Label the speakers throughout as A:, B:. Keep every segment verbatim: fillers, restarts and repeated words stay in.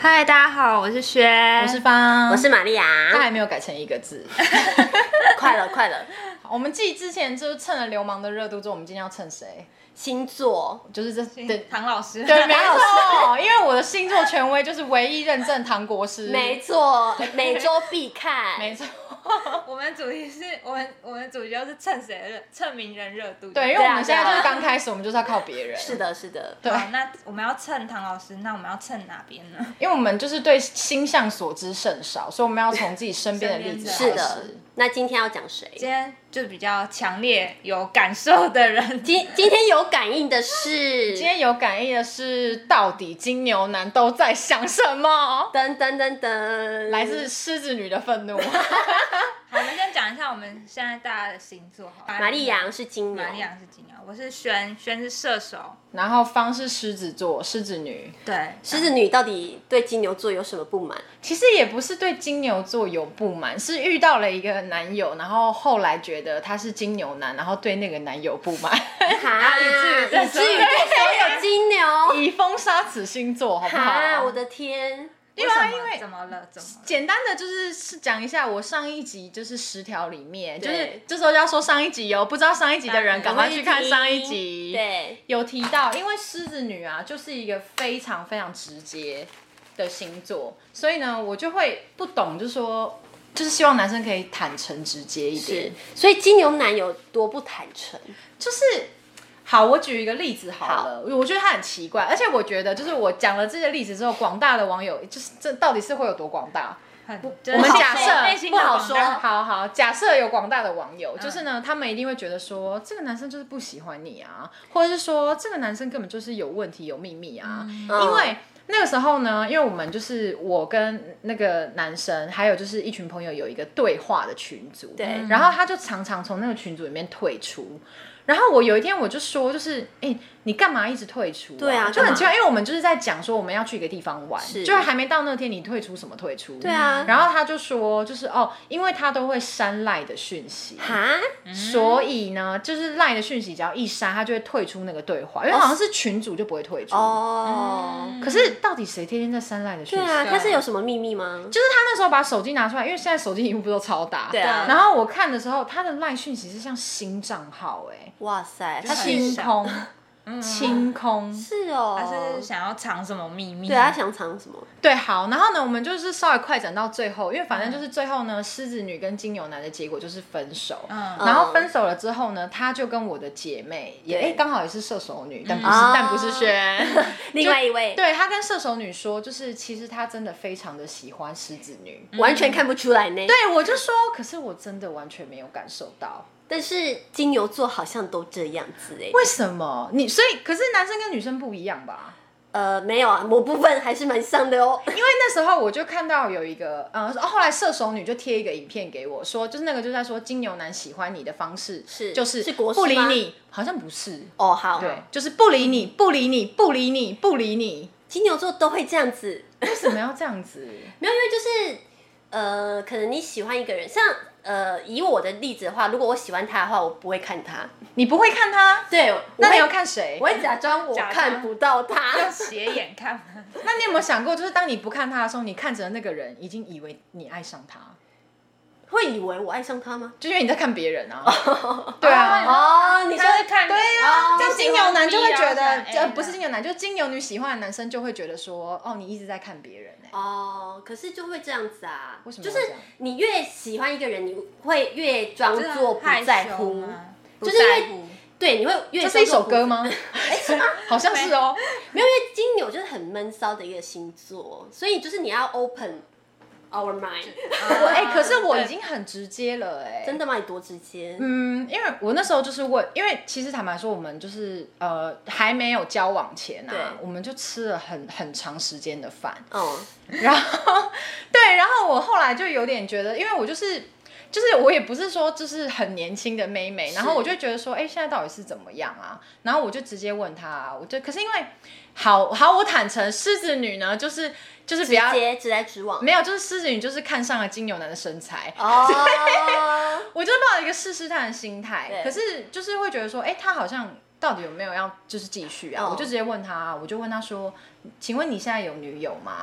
A: 嗨，大家好，我是轩，
B: 我是方，
C: 我是玛利亚。
B: 他还没有改成一个字，
C: 快了，快了。
B: 我们继之前就是蹭了流氓的热度之后，我们今天要蹭谁？
C: 星座
B: 就是这对
A: 唐老师，
B: 对，没错，因为我的星座权威就是唯一认证唐国师，
C: 没错，每周必看，
B: 没错。
A: 我们主题是我们我们主题就是蹭谁的热，蹭名人热度。
B: 对，因为我们现在就是刚开始，我们就是要靠别人。
C: 是的，是的。
A: 对，那我们要蹭唐老师，那我们要蹭哪边呢？
B: 因为我们就是对星象所知甚少，所以我们要从自己身边的例子开始。
C: 是的。那今天要讲谁？
A: 今天就比较强烈有感受的人。
C: 今今天有感应的是，
B: 今天有感应的是，到底金牛男都在想什么？
C: 噔噔噔噔，
B: 来自狮子女的愤怒。
A: 好，我们先讲一下我们现在大家的星座好。
C: 玛丽亚是金牛，
A: 玛丽亚是金牛，我是轩，轩是射手，
B: 然后方是狮子座，狮子女。
A: 对，
C: 狮子女到底对金牛座有什么不满？
B: 其实也不是对金牛座有不满，是遇到了一个男友，然后后来觉得他是金牛男，然后对那个男友不满，
C: 哈，
A: 以至于
C: 以至于对所有金牛
B: 以封杀此星座，好不好？
C: 哈，我的天！
B: 因为因为
A: 怎么了？怎么了？
B: 简单的就是是讲一下，我上一集就是十条里面，就
C: 对
B: 是这时候要说上一集哦，不知道上一集的人赶快去看上一集，
C: 对，
B: 有提到，因为狮子女啊，就是一个非常非常直接的星座，所以呢，我就会不懂，就是说，就是希望男生可以坦诚直接一点，
C: 是，所以金牛男有多不坦诚？
B: 就是。好，我举一个例子好了，好我觉得他很奇怪，而且我觉得就是我讲了这些例子之后，广大的网友就是这到底是会有多广大？
A: 就是、
B: 我们假设
C: 不好说，
B: 好好假设有广大的网友，嗯、就是呢，他们一定会觉得说这个男生就是不喜欢你啊，或者是说这个男生根本就是有问题、有秘密啊，嗯、因为。那个时候呢，因为我们就是我跟那个男生，还有就是一群朋友有一个对话的群组，
C: 对，
B: 然后他就常常从那个群组里面退出。然后我有一天我就说，就是哎、欸，你干嘛一直退出、啊？
C: 对啊，
B: 就很奇怪，因为我们就是在讲说我们要去一个地方玩，就还没到那天，你退出什么退出？
C: 对啊。
B: 然后他就说，就是哦，因为他都会删赖的讯息，
C: 哈，
B: 所以呢，就是赖的讯息只要一删，他就会退出那个对话，因为好像是群主就不会退出。
C: 哦。
B: 可是到底谁天天在删赖的讯息？
C: 对啊，他是有什么秘密吗？
B: 就是他那时候把手机拿出来，因为现在手机屏幕不都超大？
C: 对啊。
B: 然后我看的时候，他的赖讯息是像新账号，哎，
C: 哇塞，
B: 他清空，清空。
C: 是哦。
A: 他是想要藏什么秘密？
C: 对，他想藏什么？
B: 对，好，然后呢，我们就是稍微快转到最后，因为反正就是最后呢，狮子女跟金牛男的结果就是分手。嗯。然后分手了之后呢，他就跟我的姐妹也哎，刚好也是射手女，但不是，但不是轩，
C: 另外一位。
B: 对，他跟射手女说，就是其实他真的非常的喜欢狮子女，
C: 完全看不出来呢。
B: 对，我就说，可是我真的完全没有感受到。
C: 但是金牛座好像都这样子哎，
B: 为什么？你所以可是男生跟女生不一样吧？
C: 呃，没有啊，某部分还是蛮像的哦。
B: 因为那时候我就看到有一个，呃，后来射手女就贴一个影片给我，说就是那个就在说金牛男喜欢你的方式
C: 是
B: 就是
C: 是国师
B: 不理你，好像不是
C: 哦，好，
B: 对，就是不理你，不理你，不理你，不理你。
C: 金牛座都会这样子，
B: 为什么要这样子？
C: 没有，因为就是呃，可能你喜欢一个人，像。呃，以我的例子的话，如果我喜欢他的话，我不会看他。
B: 你不会看他？
C: 对，
B: 那你要看谁？
C: 我会假装我看不到他，
A: 用斜眼看。
B: 那你有没有想过，就是当你不看他的时候，你看着那个人，已经以为你爱上他，
C: 会以为我爱上他吗？
B: 就因为你在看别人啊。对啊。
C: 哦，你说
A: 在看？
B: 对啊，像金牛男就会觉得，
A: 呃，
B: 呃，不是金牛男，就是金牛女喜欢的男生就会觉得说，哦，你一直在看别人。
C: 哦，可是就会这样子啊，
B: 为什么？
C: 就是你越喜欢一个人，你会越装作不在乎，
A: 就是因为
C: 对，你会越。
B: 这是一首歌吗？
C: 哎，是吗？
B: 好像是哦。
C: 没有，因为金牛就是很闷骚的一个星座，所以就是你要 open our mind。
B: 我哎，可是我已经很直接了哎。
C: 真的吗？你多直接？
B: 嗯，因为我那时候就是问，因为其实坦白说，我们就是呃还没有交往前啊，我们就吃了很很长时间的饭。哦。然后对，然后我后来就有点觉得，因为我就是。就是我也不是说就是很年轻的妹妹，然后我就觉得说，哎、欸，现在到底是怎么样啊？然后我就直接问她，我就可是因为好好，我坦诚，狮子女呢，就是就是比较
C: 直接直来直往，
B: 没有，就是狮子女就是看上了金牛男的身材，
C: 哦，
B: 我就抱了一个试试探的心态，可是就是会觉得说，哎、欸，他好像到底有没有要就是继续啊？哦、我就直接问他，我就问他说，请问你现在有女友吗？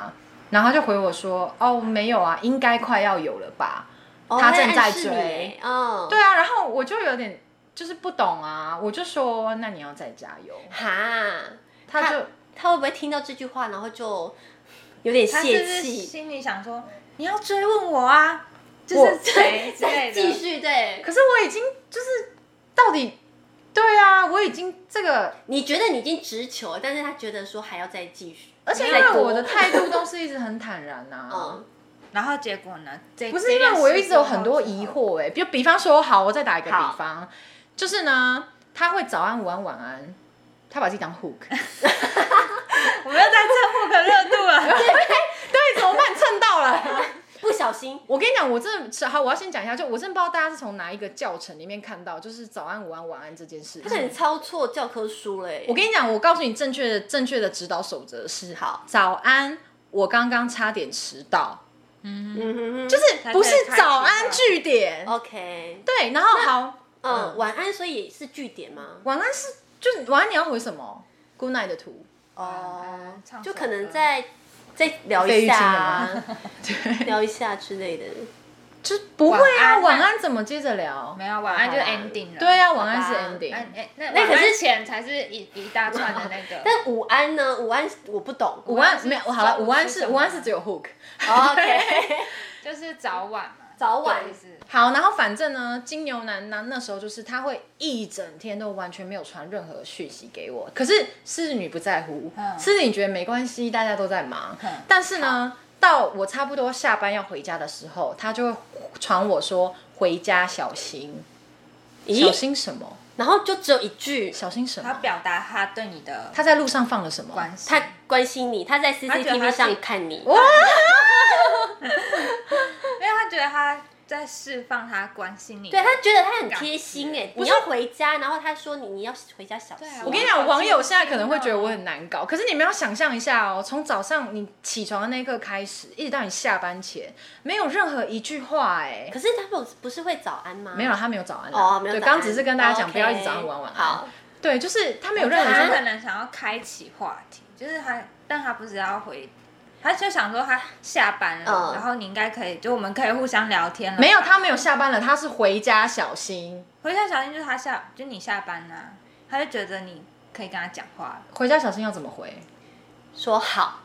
B: 然后他就回我说，哦，没有啊，应该快要有了吧，
C: 哦、
B: 他正在
C: 追。哦，
B: 对啊，然后我就有点就是不懂啊，我就说那你要再加油。
C: 哈，
B: 他就
C: 他会不会听到这句话，然后就有点泄气，
A: 心里想说你要追问我啊，就是谁之类的，
C: 继续对。
B: 可是我已经就是到底。对啊，我已经这个，
C: 你觉得你已经直球了，但是他觉得说还要再继续，
B: 而且因为我的态度都是一直很坦然啊，
C: 嗯，
A: 然后结果呢？
B: 不是因为我一直有很多疑惑哎、欸，比比方说，好，我再打一个比方，就是呢，他会早安、午安、晚安，他把自己当 hook，
A: 我们要在蹭 hook 热度了，
B: 对对，怎么办？蹭到了。
C: 不小心，
B: 我跟你讲，我真的好，我要先讲一下，就我真的不知道大家是从哪一个教程里面看到，就是早安、午安、晚安这件事情。
C: 他可能抄错教科书嘞。
B: 我跟你讲，我告诉你正确的正确的指导守则是：
C: 好，
B: 早安，我刚刚差点迟到。
C: 嗯哼，
B: 就是不是早安句点
C: ，OK，
B: 对，然后好，
C: 嗯，晚安，所以是句点吗？
B: 晚安是就是晚安，你要回什么 ？Good night 的图
C: 哦，就可能在。再聊一下、啊，聊一下之类的，
B: 就不会啊。晚安怎么接着聊？
A: 没有，晚安就 ending 了。
B: 对啊，晚安是 ending。
A: 那那可是前才是一一大串的那个。
C: 但午安呢？午安我不懂。
B: 午安没有，好了，午安是午安是只有
C: hook。OK，
A: 就是早晚嘛，
C: 早晚
B: 是。好，然后反正呢，金牛男呢那时候就是他会一整天都完全没有传任何讯息给我，可是狮子女不在乎，狮子女觉得没关系，大家都在忙。但是呢，到我差不多下班要回家的时候，他就会传我说回家小心。小心什么？
C: 然后就只有一句，
B: 小心什么？
A: 他表达他对你的，
B: 他在路上放了什么？
C: 他关心你，他在 C C T V 上看你。
B: 哇！
A: 因为他觉得他在释放他关心你，
C: 对他觉得他很贴心哎，你要回家，然后他说你你要回家小心。
B: 我跟你讲，网友现在可能会觉得我很难搞，可是你们要想象一下哦，从早上你起床的那一刻开始，一直到你下班前，没有任何一句话哎。
C: 可是他不不是会早安吗？
B: 没有，他没有早安
C: 哦，没有。
B: 对，刚只是跟大家讲不要一直早安晚安。
C: 好，
B: 对，就是他没有任何。
A: 他可能想要开启话题，就是他，但他不是要回。他就想说他下班了，嗯、然后你应该可以，就我们可以互相聊天了。
B: 没有，他没有下班了，他是回家小心。
A: 回家小心就是他下，就你下班啊，他就觉得你可以跟他讲话了。
B: 回家小心要怎么回？
C: 说好。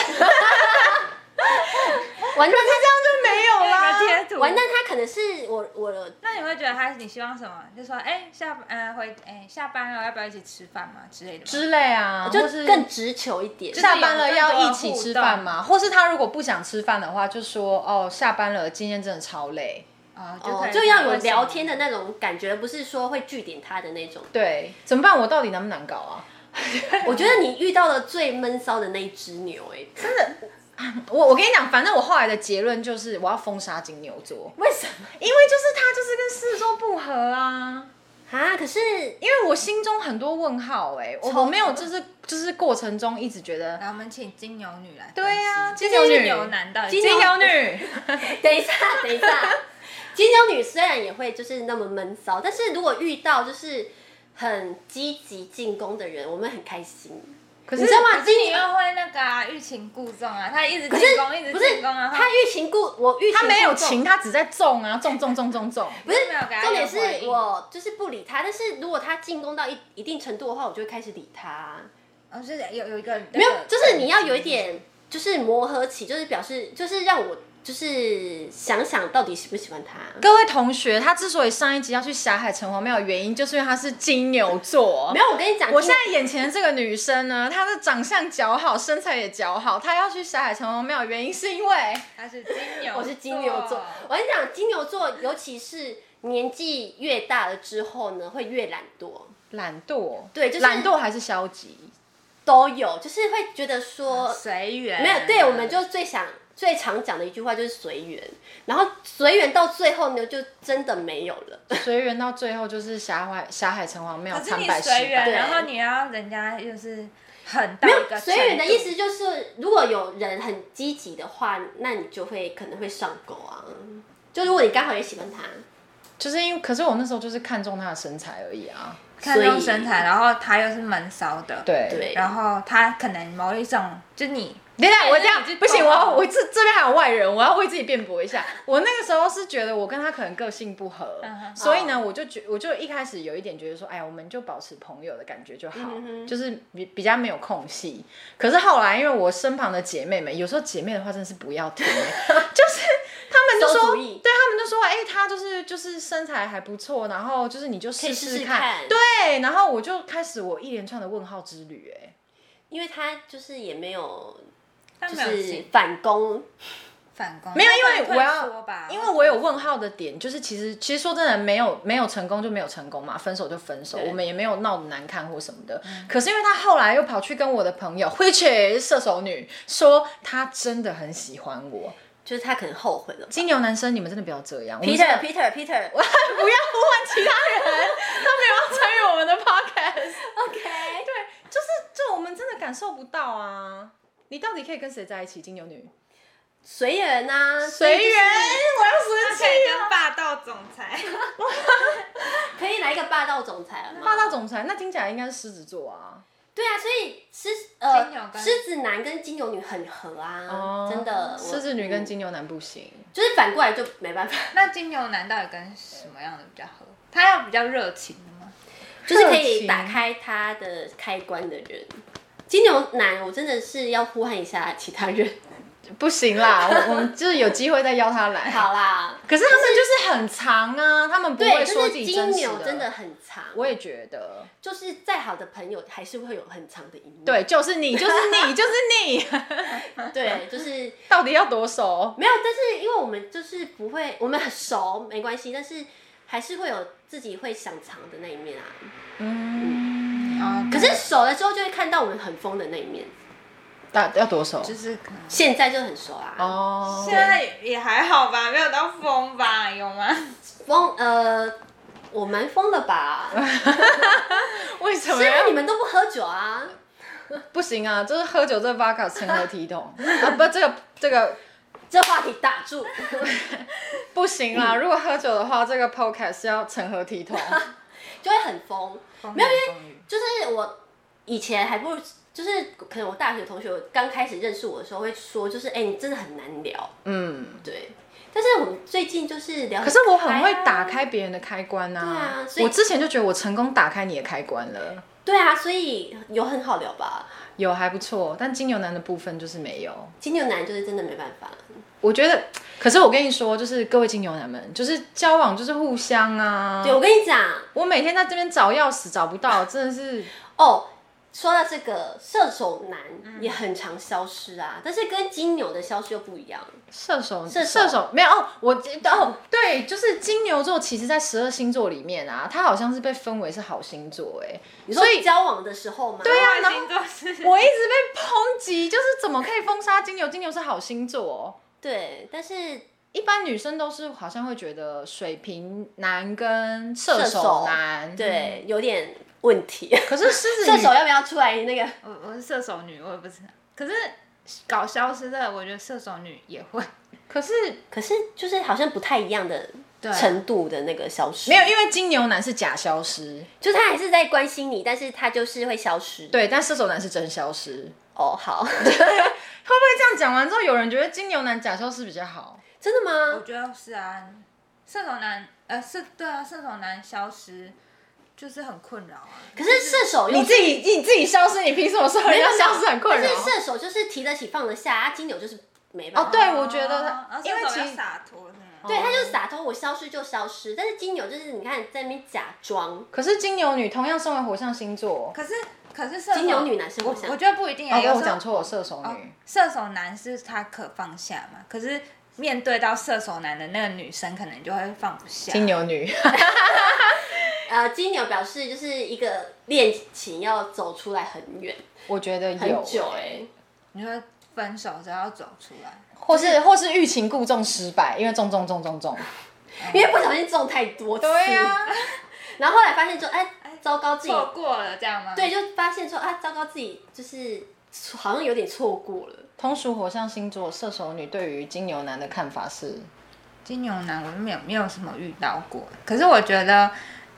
C: 完蛋，
B: 可是这样就没有啦。
A: 贴图。
C: 完蛋，他可能是我我的。
A: 那你会觉得他你希望什么？就说哎、欸、下呃回哎、欸、下班了要不要一起吃饭嘛之类的
B: 之类啊，
C: 就是更直球一点。
B: 下班了要一起吃饭嘛？或是他如果不想吃饭的话，就说哦下班了，今天真的超累。
A: 哦，
C: 就, 就要有聊天的那种感觉，不是说会句点他的那种。
B: 对，怎么办？我到底难不难搞啊？
C: 我觉得你遇到了最闷骚的那一只牛、欸，哎，
B: 真的。我我跟你讲，反正我后来的结论就是我要封杀金牛座。
C: 为什么？
B: 因为就是他就是跟狮子座不合啊。
C: 啊，可是
B: 因为我心中很多问号哎、欸，我没有就是就是过程中一直觉得。
A: 来，我们请金牛女来。
B: 对呀、啊，
A: 金牛女。金牛男到底？
B: 金牛女。
C: 等一下，等一下，金牛女虽然也会就是那么闷骚，但是如果遇到就是很积极进攻的人，我们很开心。
A: 可是你知道吗？金牛又会那个啊，欲擒故纵啊，他一直进攻，一直进攻啊。
C: 他欲擒故，我欲擒故纵。
B: 他没有擒，他只在纵啊，纵纵纵纵纵。
C: 不是，重点是我就是不理他，但是如果他进攻到一一定程度的话，我就会开始理他。
A: 哦，就是有有一个
C: 没有，就是你要有一点，就是磨合期，就是表示，就是让我。就是想想到底喜不喜欢他。
B: 各位同学，他之所以上一集要去霞海城隍庙的原因，就是因为他是金牛座。
C: 没有，我跟你讲，
B: 我现在眼前的这个女生呢，她的长相姣好，身材也姣好，她要去霞海城隍庙的原因是因为
A: 她是金牛座。
C: 我是金牛座。我跟你讲，金牛座尤其是年纪越大了之后呢，会越懒惰。
B: 懒惰，
C: 对，就是
B: 懒惰还是消极
C: 都有，就是会觉得说
A: 随缘。
C: 没有，对，我们就最想。最常讲的一句话就是随缘，然后随缘到最后呢，就真的没有了。
B: 随缘到最后就是霞海霞海城隍庙参拜失
A: 败。
B: 败，
A: 然后你要人家就是很到一个
C: 随缘的意思就是，如果有人很积极的话，那你就会可能会上钩啊。就如果你刚好也喜欢他，
B: 就是因为，可是我那时候就是看中他的身材而已啊。
A: 看重身材，然后他又是闷骚的，
B: 对
C: 对，
A: 然后他可能某一种，就你
B: 等一下，我这样不行，我要我这这边还有外人，我要为自己辩驳一下。我那个时候是觉得我跟他可能个性不合，所以呢，我就觉我就一开始有一点觉得说，哎呀，我们就保持朋友的感觉就好，嗯、就是比比较没有空隙。可是后来，因为我身旁的姐妹们，有时候姐妹的话真的是不要听，就是他们就说，对他们就说，哎、欸，他就是就是身材还不错，然后就是你就试试看，对，然后我就开始我一连串的问号之旅、欸，哎，
C: 因为他就是也没有。就是反攻，
A: 反攻
B: 没有，因为我要，因为我有问号的点，就是其实其实说真的，没有没有成功就没有成功嘛，分手就分手，我们也没有闹得难看或什么的。嗯、可是因为他后来又跑去跟我的朋友，which is射手女，说他真的很喜欢我，
C: 就是他可能后悔了。
B: 金牛男生，你们真的不要这样
C: ，Peter Peter Peter，
B: 我不要呼唤其他人，他没有要参与我们的 podcast。OK， 对，就是就我们真的感受不到啊。你到底可以跟谁在一起？金牛女，
C: 随缘啊，
B: 随缘、就是。我要生气了。
A: 跟霸道总裁，
C: 可以来一个霸道总裁吗？
B: 霸道总裁，那听起来应该是狮子座啊。
C: 对啊，所以狮呃狮子男跟金牛女很合啊，哦、真的。
B: 狮子女跟金牛男不行，
C: 就是反过来就没办法。
A: 那金牛男到底跟什么样的比较合？他要比较热情的吗？
C: 就是可以打开他的开关的人。金牛男，我真的是要呼唤一下其他人，
B: 不行啦，我我们就是有机会再邀他来。
C: 好啦，
B: 可是他们就是很长啊，他们不会说自己真实的。
C: 金牛真的很长，
B: 我也觉得，
C: 就是再好的朋友还是会有很长的一面。
B: 对，就是你，就是你，就是你。
C: 对，就是
B: 到底要多熟？
C: 没有，但是因为我们就是不会，我们很熟没关系，但是还是会有自己会想藏的那一面啊。嗯。嗯、可是熟了之后就会看到我们很疯的那一面。
B: 要要多熟？
A: 就是
C: 现在就很熟啦。
A: 哦，现在也还好吧，没有到疯吧？有吗？
C: 疯呃，我蛮疯的吧？
B: 为什么？
C: 是因为你们都不喝酒啊？
B: 不行啊，就是喝酒这个 podcast 成何体统啊？不，这个这个
C: 这话题打住，
B: 不行啦！如果喝酒的话，这个 podcast 要成何体统？
C: 就会很疯。没有，因为就是我以前还不如，就是可能我大学同学刚开始认识我的时候会说，就是哎、欸，你真的很难聊。嗯，对。但是我们最近就是聊、啊，
B: 可是我很会打开别人的开关啊。
C: 对啊，所以
B: 我之前就觉得我成功打开你的开关了。
C: 对啊，所以有很好聊吧？
B: 有还不错，但金牛男的部分就是没有。
C: 金牛男就是真的没办法。
B: 我觉得，可是我跟你说，就是各位金牛男们，就是交往就是互相啊。
C: 对，我跟你讲，
B: 我每天在这边找钥匙找不到，真的是
C: 哦。说到这个，射手男也很常消失啊，嗯、但是跟金牛的消失又不一样。
B: 射手，射手，射手没有哦，我哦对，就是金牛座，其实在十二星座里面啊，它好像是被分为是好星座哎。
C: 你说交往的时候吗？
B: 对啊，然后我一直被抨击，就是怎么可以封杀金牛？金牛是好星座、哦。
C: 对，但是
B: 一般女生都是好像会觉得水瓶男跟射手男，
C: 对，有点问题。
B: 可是狮子
C: 射手要不要出来？那个
A: 我我是射手女，我也不知道。可是搞消失的，我觉得射手女也会。
B: 可是
C: 可是就是好像不太一样的程度的那个消失。
B: 没有，因为金牛男是假消失，
C: 就是他还是在关心你，但是他就是会消失。
B: 对，但射手男是真消失。
C: 哦，好。
B: 会不会这样讲完之后，有人觉得金牛男假消失比较好？
C: 真的吗？
A: 我觉得是啊，射手男呃是，对啊，射手男消失就是很困扰啊。
C: 可是射手
B: 你自己你自己消失，你凭什么说人家消失很困扰？
C: 但是射手就是提得起放得下，啊，金牛就是没办法。
B: 哦，对，我觉得他，
A: 因为其实洒脱，
C: 对，他就是洒脱，我消失就消失。但是金牛就是你看在那边假装。
B: 可是金牛女同样身为火象星座，
A: 可是。可是射手
C: 金牛女男是火象，
A: 我觉得不一定啊。
B: 哦，我讲错，我射手女、哦。
A: 射手男是他可放下嘛，可是面对到射手男的那个女生，可能就会放不下。
B: 金牛女。
C: 呃，金牛表示就是一个恋情要走出来很远，
B: 我觉得有
C: 很久哎、欸。
A: 你说分手就要走出来，
B: 或是或是欲擒故纵失败，因为中中中中中，
C: 因为不小心中太多次。
B: 对呀、啊。
C: 然后后来发现说，哎、欸，糟糕，自己
A: 错过了这样吗？
C: 对，就发现说啊，糟糕，自己就是好像有点错过了。
B: 同属火象星座射手女对于金牛男的看法是，
A: 金牛男我没有没有什么遇到过，可是我觉得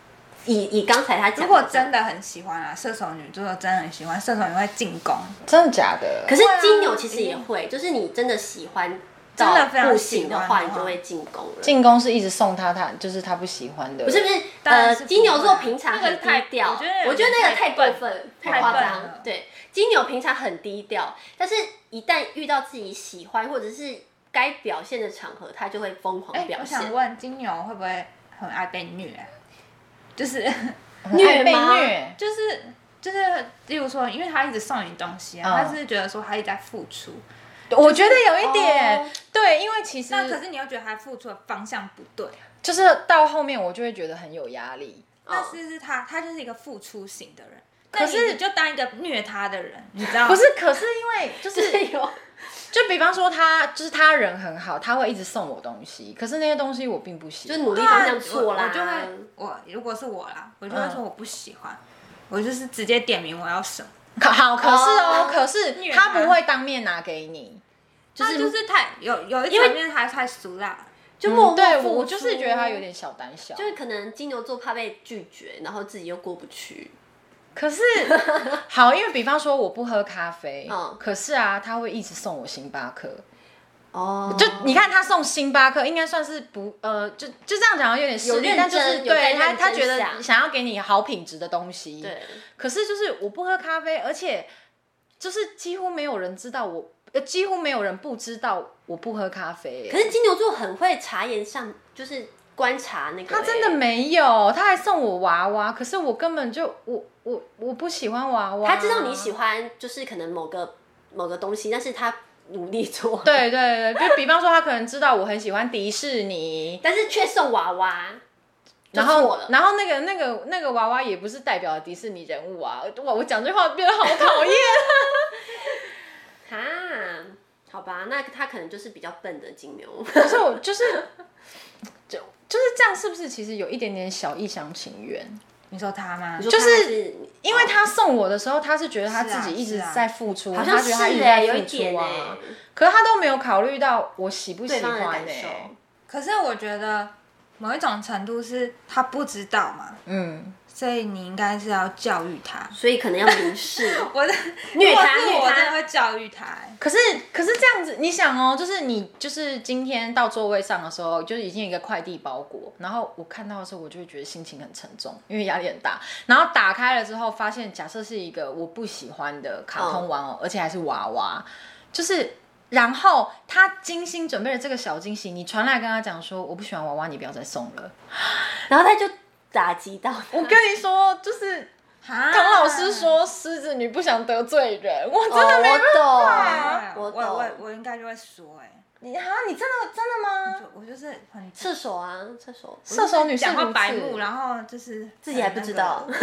C: 以以刚才他讲，
A: 如果真的很喜欢啊，射手女座真的很喜欢，射手女会进攻，
B: 真的假的？
C: 可是金牛其实也会，就是你真的喜欢。
A: 真的非常
C: 不
A: 喜欢
C: 行的话，你就会进攻了。
B: 进攻是一直送他，他就是他不喜欢的。
C: 不是不是，呃，金牛座平常很低调，我觉得那个太过分，太夸张。对，金牛平常很低调，但是一旦遇到自己喜欢或者是该表现的场合，他就会疯狂表现。
A: 我想问，金牛会不会很爱被虐？就是
C: 虐
B: 被虐，
A: 就是就是，例如说，因为他一直送你东西啊，他是觉得说他一直在付出。
B: 我觉得有一点，哦、对，因为其实
A: 那可是你又觉得他付出的方向不对，
B: 就是到后面我就会觉得很有压力。
A: 那是是他，他就是一个付出型的人，可是你就当一个虐他的人，你知道吗？
B: 不是，可是因为就是有，就比方说他就是他人很好，他会一直送我东西，可是那些东西我并不喜欢，
C: 就努力方向错啦。
A: 我就会，我如果是我啦，我就会说我不喜欢，嗯、我就是直接点名我要什么。
B: 好，可是哦，可是他不会当面拿给你，
A: 就是就是太有有一层面还太俗辣了，
C: 就默默
B: 对我就是觉得他有点小胆小，
C: 就是可能金牛座怕被拒绝，然后自己又过不去。
B: 可是好，因为比方说我不喝咖啡，嗯，可是啊，他会一直送我星巴克。哦，就你看他送星巴克，应该算是不呃，就就这样讲有点失礼，但就是对他他觉得想要给你好品质的东西。对，可是就是我不喝咖啡，而且就是几乎没有人知道我，呃，几乎没有人不知道我不喝咖啡。
C: 可是金牛座很会察言上，就是观察那个。
B: 他真的没有，他还送我娃娃，可是我根本就我我我不喜欢娃娃。
C: 他知道你喜欢，就是可能某个某个东西，但是他。努力做，
B: 对对对，就比方说他可能知道我很喜欢迪士尼，
C: 但是却送娃娃，
B: 然后然后那个那个那个娃娃也不是代表迪士尼人物啊，哇，我讲这话变得好讨厌，
C: 哈，好吧，那他可能就是比较笨的金牛，
B: 可是我就是就就是这样，是不是其实有一点点小一厢情愿？
A: 你说他吗？
B: 就是因为他送我的时候，他是觉得他自己一直在付出，
C: 好像
B: 是哎，
C: 有一点
B: 啊。可是他都没有考虑到我喜不喜欢
C: 哎。
A: 可是我觉得某一种程度是他不知道嘛，嗯，所以你应该是要教育他，
C: 所以可能要明示。
A: 我的
C: 虐他，
A: 虐他，我真的会教育他。
B: 可是可是这样子，你想哦，就是你就是今天到座位上的时候，就是已经有一个快递包裹，然后我看到的时候，我就会觉得心情很沉重，因为压力很大。然后打开了之后，发现假设是一个我不喜欢的卡通玩偶，嗯、而且还是娃娃，就是。然后他精心准备了这个小惊喜，你传来跟他讲说我不喜欢娃娃，你不要再送了，
C: 然后他就打击到他。
B: 我跟你说，就是唐老师说狮子女不想得罪人，我真的没办
C: 法。
A: 我懂，我我我应该就会说，哎，
B: 你啊，你真的真的吗？
A: 我就是很
C: 射手啊，射手，
B: 射手女
A: 讲话白目，然后就是
C: 自己还不知道。
A: 我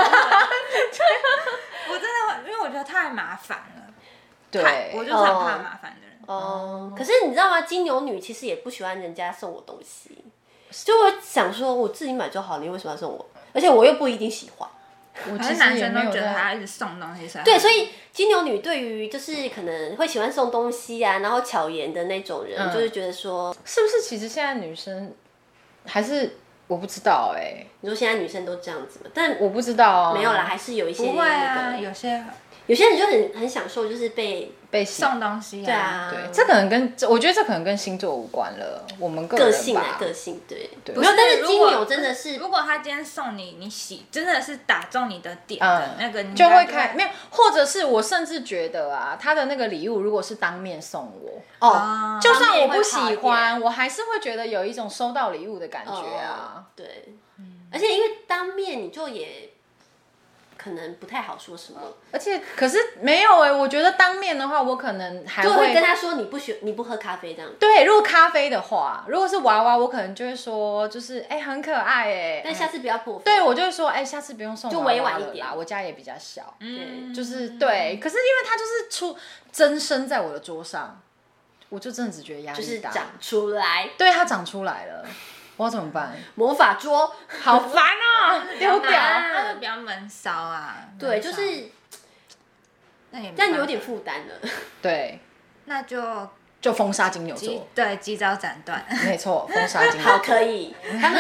A: 真的，因为我觉得太麻烦了。对，我就是很怕麻烦的人。
C: 哦，可是你知道吗？金牛女其实也不喜欢人家送我东西，就会想说我自己买就好，你为什么要送我？而且我又不一定喜欢。
A: 我其实男生都觉得他一直送东西。
C: 对，所以金牛女对于就是可能会喜欢送东西啊，然后巧言的那种人，嗯、就是觉得说，
B: 是不是？其实现在女生还是我不知道哎、欸。
C: 你说现在女生都这样子吗？但
B: 我不知道啊。
C: 没有啦，还是有一些、那個、
A: 不会啊，有些。
C: 有些人就很很享受，就是被
B: 被
A: 送东西啊。
C: 对啊，
B: 对，这可能跟我觉得这可能跟星座无关了，我们个人吧。
C: 个性啊，个性，对对。
A: 不是，
C: 但是金牛真的是，
A: 如果他今天送你，你喜真的是打中你的点的那个，
B: 就会开没有，或者是我甚至觉得啊，他的那个礼物如果是当面送我，哦，就算我不喜欢，我还是会觉得有一种收到礼物的感觉啊。
C: 对，而且因为当面你就也。可能不太好说什么，
B: 而且可是没有哎、欸，我觉得当面的话，我可能还会
C: 就会跟他说你不喜你不喝咖啡这样。
B: 对，如果咖啡的话，如果是娃娃，我可能就会说就是哎、欸、很可爱哎、欸，
C: 但下次不要破费。
B: 对，我就会说哎、欸、下次不用送娃娃了啦，
C: 就委婉一点，
B: 我家也比较小，
C: 对，
B: 就是对。可是因为他就是出真身在我的桌上，我就真的只觉得压力大，
C: 就是长出来，
B: 对，它长出来了。我要怎么办？
C: 魔法桌，
B: 好烦哦，丢掉，
A: 那就比较闷骚啊。
C: 对，就是，
A: 那也，
C: 但有点负担了。
B: 对，
A: 那就
B: 就封杀金牛座，
A: 对，及早斩断。
B: 没错，封杀金牛座。
C: 好，可以。他们也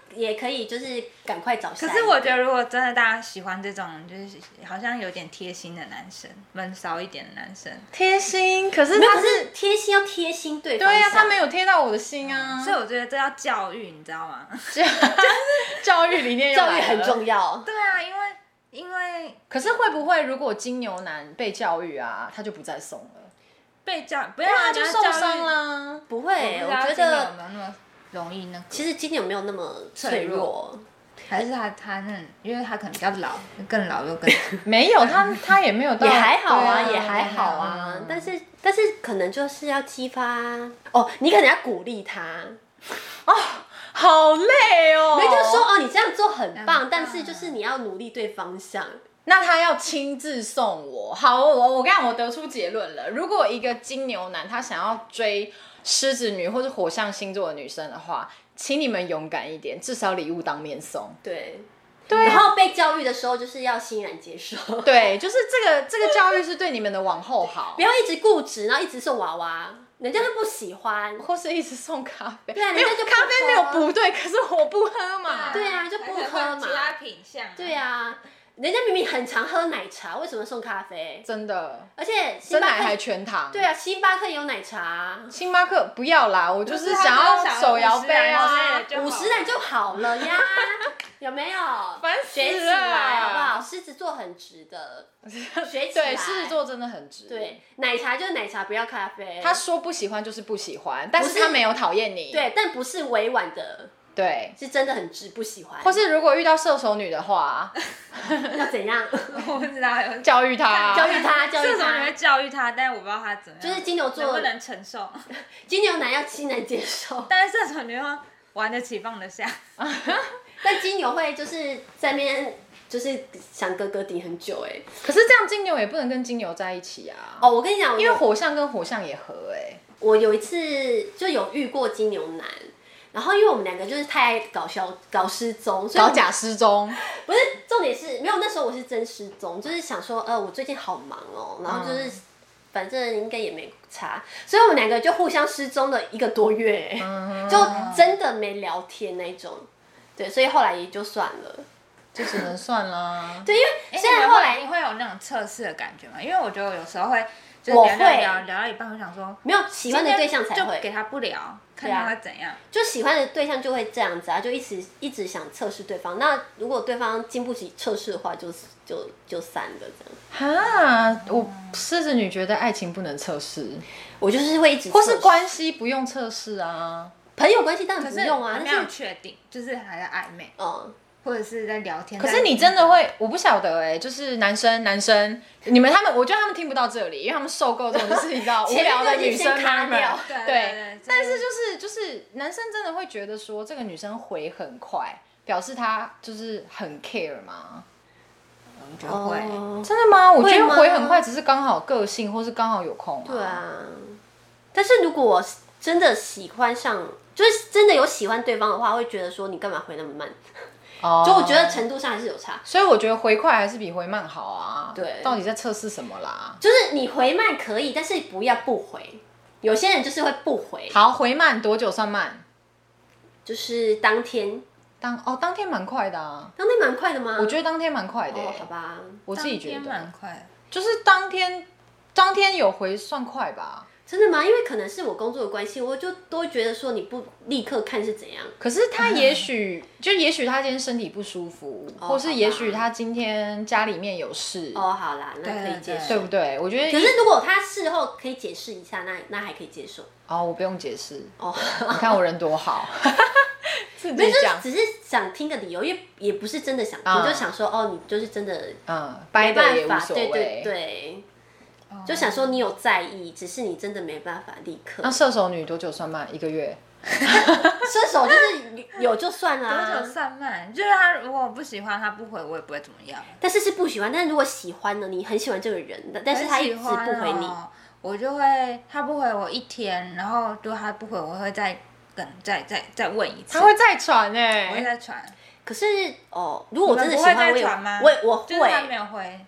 C: 也可以就是赶快找下一个。
A: 可是我觉得，如果真的大家喜欢这种，就是好像有点贴心的男生，闷骚一点的男生，
B: 贴心，可是
C: 没有，
B: 他
C: 可是贴心要贴心对方。
B: 对呀、啊，他没有贴到我的心啊。
A: 所以我觉得这要教育，你知道吗？
B: 教育理念，
C: 教育很重要。
A: 对啊，因为因为，
B: 可是会不会如果金牛男被教育啊，他就不再送了？
A: 被教不要啊，
B: 就受伤啦。
C: 不会，我觉得
A: 金牛有没有那么容易呢？
C: 其实金牛没有那么脆弱。
A: 还是他他那，因为他可能比较老，更老又更
B: 没有他他也没有到
C: 也还好啊，
B: 啊
C: 也还好啊，嗯、但是但是可能就是要激发哦，你可能要鼓励他
B: 哦，好累哦，
C: 没就是说哦，你这样做很棒，但是就是你要努力对方向。
B: 那他要亲自送我，好，我我跟你讲，我得出结论了，如果一个金牛男他想要追狮子女或是火象星座的女生的话。请你们勇敢一点，至少礼物当面送。
C: 对，
B: 对、啊。
C: 然后被教育的时候，就是要欣然接受。
B: 对，就是这个这个教育是对你们的往后好，
C: 不要一直固执，然后一直送娃娃，人家就不喜欢，
B: 或是一直送咖啡。
C: 对啊，人家就
B: 咖啡没有不对，可是我不喝嘛。
C: 对啊，就不喝嘛。
A: 其他品相、啊。
C: 对啊。人家明明很常喝奶茶，为什么送咖啡？
B: 真的，
C: 而且
B: 真奶还全糖。
C: 对啊，星巴克也有奶茶。
B: 星巴克不要啦，我就是想要手摇杯啊，
C: 五十奶就好了呀，有没有？
B: 烦死了，
C: 学起来好不好？狮子座很值的，学起来。
B: 对，狮子座真的很值。
C: 对，奶茶就是奶茶，不要咖啡。
B: 他说不喜欢就是不喜欢，但是他没有讨厌你。
C: 对，但不是委婉的。
B: 对，
C: 是真的很直，不喜欢。
B: 或是如果遇到射手女的话，
C: 要怎样？
A: 我不知道，
B: 教育她，
C: 教育她，教育她。
A: 射手女会教育她，但是我不知道她怎么样。
C: 就是金牛座
A: 能不能承受？
C: 金牛男要欣然接受，
A: 但是射手女会玩得起放得下。
C: 但金牛会就是在那边就是想哥哥顶很久哎。
B: 可是这样金牛也不能跟金牛在一起啊。
C: 哦，我跟你讲，
B: 因为火象跟火象也合哎。
C: 我有一次就有遇过金牛男。然后因为我们两个就是太爱搞笑、搞失踪，
B: 搞假失踪，
C: 不是重点是没有那时候我是真失踪，就是想说呃我最近好忙哦，然后就是、嗯、反正应该也没差，所以我们两个就互相失踪了一个多月，嗯、就真的没聊天那种，对，所以后来也就算了，
B: 就只能算啦。
C: 对，因为虽然后来
A: 你会有那种测试的感觉嘛，因为我觉得有时候会。就是聊聊聊聊到一半，我想说，
C: 没有喜欢的对象才会
A: 就给他不聊，看他会怎样。
C: 就喜欢的对象就会这样子啊，就一直一直想测试对方。那如果对方经不起测试的话，就就就散了这
B: 样。哈，我狮子女觉得爱情不能测试，
C: 我就是会一直，
B: 或是关系不用测试啊，
C: 朋友关系当然不用啊，
A: 但是没有确定，就是还在暧昧。嗯。或者是在聊天，
B: 可是你真的会，我不晓得哎、欸，就是男生男生，你们他们，我觉得他们听不到这里，因为他们受够这种就是你知道无聊的女生们，
A: 对,
B: 对，但是就是就是男生真的会觉得说这个女生回很快，表示他就是很 care 吗？
A: 我觉得会，
B: 哦、真的吗？我觉得回很快只是刚好个性，或是刚好有空、啊。
C: 对啊，但是如果真的喜欢上，就是真的有喜欢对方的话，会觉得说你干嘛回那么慢？Oh, 就我觉得程度上还是有差，
B: 所以我觉得回快还是比回慢好啊。
C: 对，
B: 到底在测试什么啦？
C: 就是你回慢可以，但是不要不回。有些人就是会不回。
B: 好，回慢多久算慢？
C: 就是当天。
B: 当哦，当天蛮快的啊。
C: 当天蛮快的吗？
B: 我觉得当天蛮快的、欸。
C: 哦，好吧，
B: 我自己觉得
A: 蛮快，
B: 就是当天，当天有回算快吧。
C: 真的吗？因为可能是我工作的关系，我就都觉得说你不立刻看是怎样。
B: 可是他也许、嗯、就也许他今天身体不舒服，哦、或是也许他今天家里面有事。
C: 哦，好啦，那可以接受，
B: 对不对？我觉得。
C: 可是如果他事后可以解释一下，那那还可以接受。
B: 哦，我不用解释。哦，你看我人多好。自己
C: 讲，只是想听个理由，因为也不是真的想听，嗯、就想说哦，你就是真的，
B: 嗯，掰的也无所谓，
C: 对对对。就想说你有在意，只是你真的没办法立刻。
B: 那射手女多久算慢？一个月。
C: 射手就是有就算啦、
A: 啊。多久算慢？就是他如果不喜欢，他不回，我也不会怎么样。
C: 但是是不喜欢，但是如果喜欢呢？你很喜欢这个人，但是他一直不回你，
A: 哦、我就会他不回我一天，然后如果他不回，我会再跟再再再问一次。
B: 他会再传哎、欸，
A: 我会再传。
C: 可是哦，如果我真的喜欢，我也我我会，
A: 就是他没有回。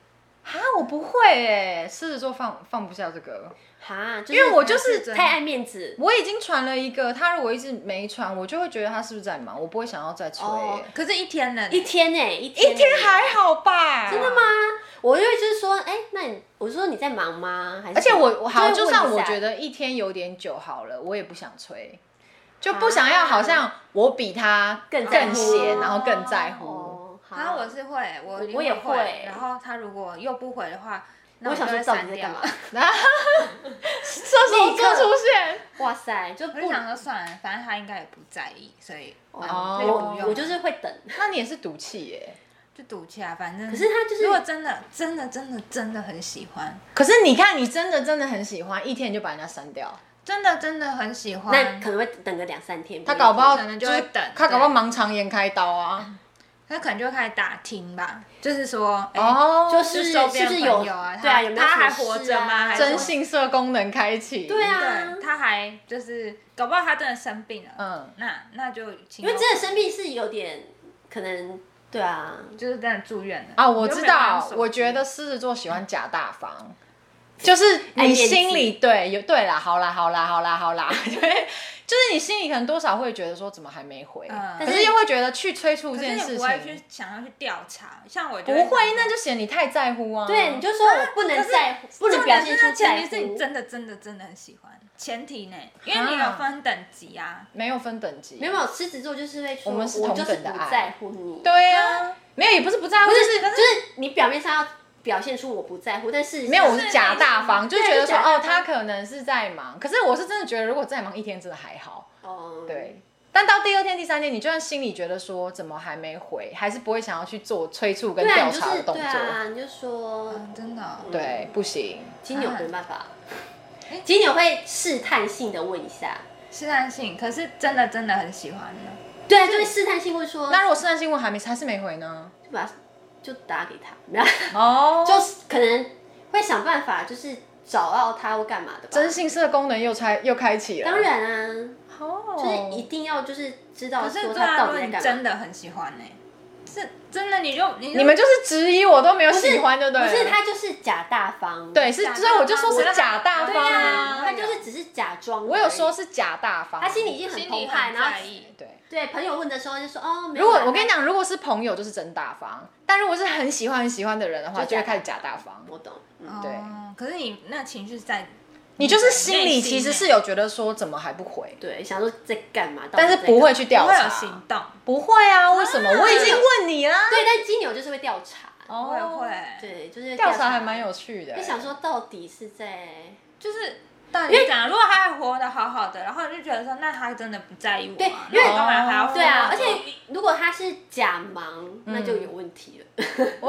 B: 哈，我不会哎，狮子座放放不下这个。
C: 哈，就是、
B: 因为我就是
C: 太爱面子。
B: 我已经传了一个，他如果一直没传，我就会觉得他是不是在忙，我不会想要再催、哦。
A: 可是一天呢？
C: 一天呢？一天
B: 一天还好吧？
C: 真的吗？我就会就是说，哎、欸，那你我就说你在忙吗？还是
B: 而且我好，就算我觉得一天有点久好了，我也不想催，就不想要好像我比他更更闲，然后更在乎。
A: 啊、哦，我是会，我
C: 我也会。
A: 然后他如果又不回的话。
C: 我想说到底在干嘛？
B: 射手座出现，
C: 哇塞，就
A: 不想说算了，反正他应该也不在意，所以
C: 哦，就不用。我就是会等。
B: 那你也是赌气耶？
A: 就赌气啊，反正。
C: 可是他就是，
A: 如果真的、真的、真的、真的很喜欢，
B: 可是你看，你真的真的很喜欢，一天你就把人家删掉。
A: 真的真的很喜欢，
C: 那可能会等个两三天。
B: 他搞不好
A: 可能就会等，
B: 他搞不好盲肠炎开刀啊。
A: 他可能就会开始打听吧，就是说，
B: 哦，
C: 就是是不是有
A: 啊？
C: 对啊，有没有
A: 他还活着吗？
B: 征信社功能开启。
C: 对啊，
A: 他还就是搞不好他真的生病了，嗯，那那就
C: 因为真的生病是有点可能，对啊，
A: 就是真的住院了
B: 啊。我知道，我觉得狮子座喜欢假大方，就是你心里对有对啦，好啦好啦好啦好啦，对。就是你心里可能多少会觉得说怎么还没回，嗯、可是又会觉得去催促这件事情，
A: 不会去想要去调查。像我
B: 不会，那就显你太在乎啊。
C: 对，你就说我不能在乎，不能表现出在乎。
A: 前提是你真的真的真的很喜欢，前提呢，因为你有分等级啊，
B: 没有分等级，
C: 没有狮子座就是会说，
B: 我们是同等的爱，
C: 不在乎你。
B: 对啊，没有也不是不在乎，
C: 就是就是你表面上要表现出我不在乎，但是
B: 没有，我是假大方，就觉得说哦，他可能是在忙，可是我是真的觉得如果再忙一天真的还好。哦，对，但到第二天、第三天，你就算心里觉得说怎么还没回，还是不会想要去做催促跟调查的动作。
C: 对啊，你就说
A: 真的，
B: 对，不行。
C: 金牛没办法，金牛会试探性的问一下，
A: 试探性，可是真的真的很喜欢的。
C: 对啊，就会试探性问说，
B: 那如果试探性问还没还是没回呢？
C: 就把就打给他，哦，就是可能会想办法，就是找到他或干嘛的吧。
B: 征信社功能又开又开启了。
C: 当然啊。哦，就是一定要就是知道说他到底在干嘛。
A: 真的很喜欢呢、欸，是真的你就 你,
B: 你们就是质疑我都没有喜欢就对了。
C: 不是他就是假大方，
B: 对，是所以我就说是假大方
C: 啊，他就是只是假装。
B: 我有说是假大方，
C: 他心里已经很澎湃，然后
B: 对
C: 对朋友问的时候就说哦，
B: 如果我跟你讲，如果是朋友就是真大方，但如果是很喜欢很喜欢的人的话，就会开始假大方。
C: 我懂，
A: 对。可是你那情绪在。
B: 你就是心里其实是有觉得说怎么还不回，
C: 对，想说在干嘛，
B: 但是不会去调查，
A: 不会有行动，
B: 不会啊，为什么？我已经问你啦。
C: 对，但金牛就是会调查，
A: 我也会，
C: 对，就是
B: 调查还蛮有趣的。
C: 就想说到底是在，
A: 就是到底讲，如果他还活得好好的，然后就觉得说，那他真的不在意我，
C: 对，因为
A: 干嘛还要
C: 对啊？而且如果他是假忙，那就有问题了。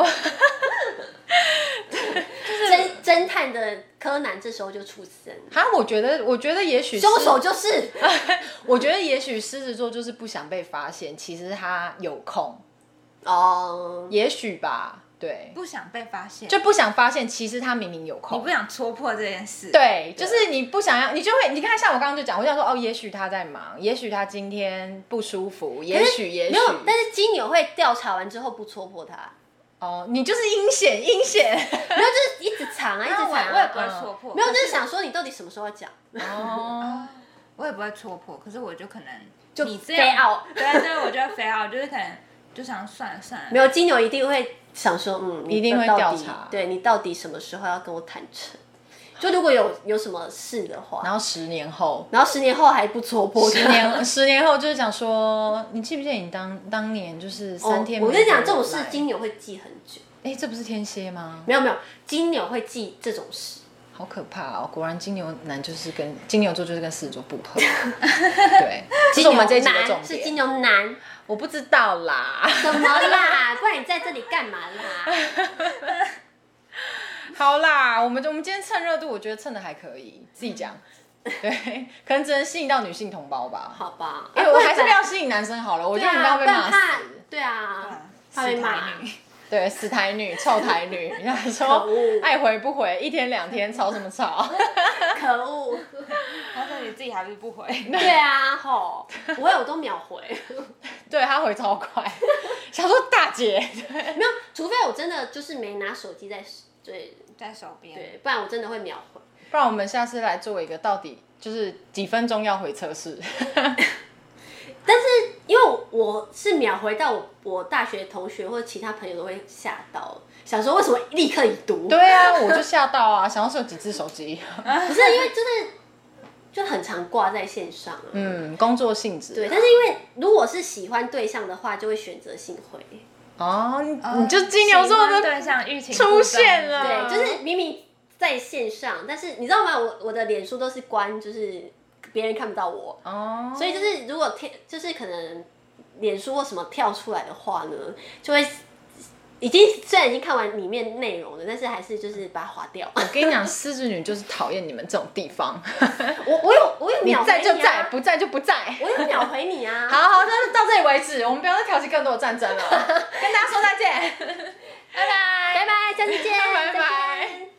C: 侦侦探的柯南这时候就出现。
B: 哈，我觉得，我觉得也许
C: 凶手就是，
B: 我觉得也许狮子座就是不想被发现，其实他有空
C: 哦，
B: 也许吧，对，
A: 不想被发现，
B: 就不想发现，其实他明明有空，
A: 你不想戳破这件事，
B: 对，就是你不想要，你就会，你看，像我刚刚就讲，我想说，哦，也许他在忙，也许他今天不舒服，也许也许，
C: 没有，但是金牛会调查完之后不戳破他。
B: 哦，你就是阴险，阴险，
C: 没有，就是一直藏啊，一直藏啊，
A: 我也不会戳破。
C: 没有，就是想说你到底什么时候要讲。
A: 哦，我也不会戳破，可是我就可能
C: 就
A: 你这样，
C: 飞傲，
A: 对对，我就会飞傲，就是可能就想算了算了。
C: 没有，金牛一定会想说，嗯，
B: 一定会调查，
C: 对你到底什么时候要跟我坦诚？就如果有有什么事的话，
B: 然后十年后，
C: 然后十年后还不戳破，
B: 十年十年后就是讲说，你记不记得你当当年就是三天？
C: 我跟你讲，这种事金牛会记很久。
B: 哎，这不是天蝎吗？
C: 没有没有，金牛会记这种事，
B: 好可怕哦！果然金牛男就是跟金牛座就是跟狮子座不合。对，这是我们这一集的重点。
C: 是金牛男，
B: 我不知道啦。
C: 怎么啦？不然你在这里干嘛啦？
B: 好啦，我们我们今天蹭热度，我觉得蹭的还可以，自己讲。对，可能只能吸引到女性同胞吧。
C: 好吧，
B: 哎，我还是不要吸引男生好了，我觉得我们刚刚被骂死。
C: 对啊，怕被骂。
B: 对，死台女、臭台女，人家说爱回不回，一天两天吵什么吵？
C: 可恶！
A: 他说你自己还是不回。
C: 对啊，吼，我有都秒回。
B: 对他回超快，想说大姐，
C: 没有，除非我真的就是没拿手机在对，
A: 在手边，
C: 对，不然我真的会秒回。
B: 不然我们下次来做一个到底就是几分钟要回测试。
C: 但是因为我是秒回到我我大学同学或者其他朋友都会吓到，想说为什么立刻已读？
B: 对啊，我就吓到啊，想要是有几只手机。
C: 不是因为就是就很常挂在线上啊。
B: 嗯，工作性质。
C: 对，但是因为如果是喜欢对象的话，就会选择性回。
B: 哦，你就金牛座的
A: 对象欲擒
B: 出现了，
C: 对，就是明明在线上，但是你知道吗？我我的脸书都是关，就是别人看不到我。哦。所以就是如果跳，就是可能脸书或什么跳出来的话呢，就会已经虽然已经看完里面内容了，但是还是就是把它划掉。
B: 我跟你讲，狮子女就是讨厌你们这种地方。
C: 我我有我有秒回
B: 你啊，你在就在，不在就不在。
C: 我有秒回你啊。
B: 好好，那就到这里为止，我们不要再挑起更多的战争了。跟大家说再见，
C: 拜拜拜拜，下次见，
B: 拜拜。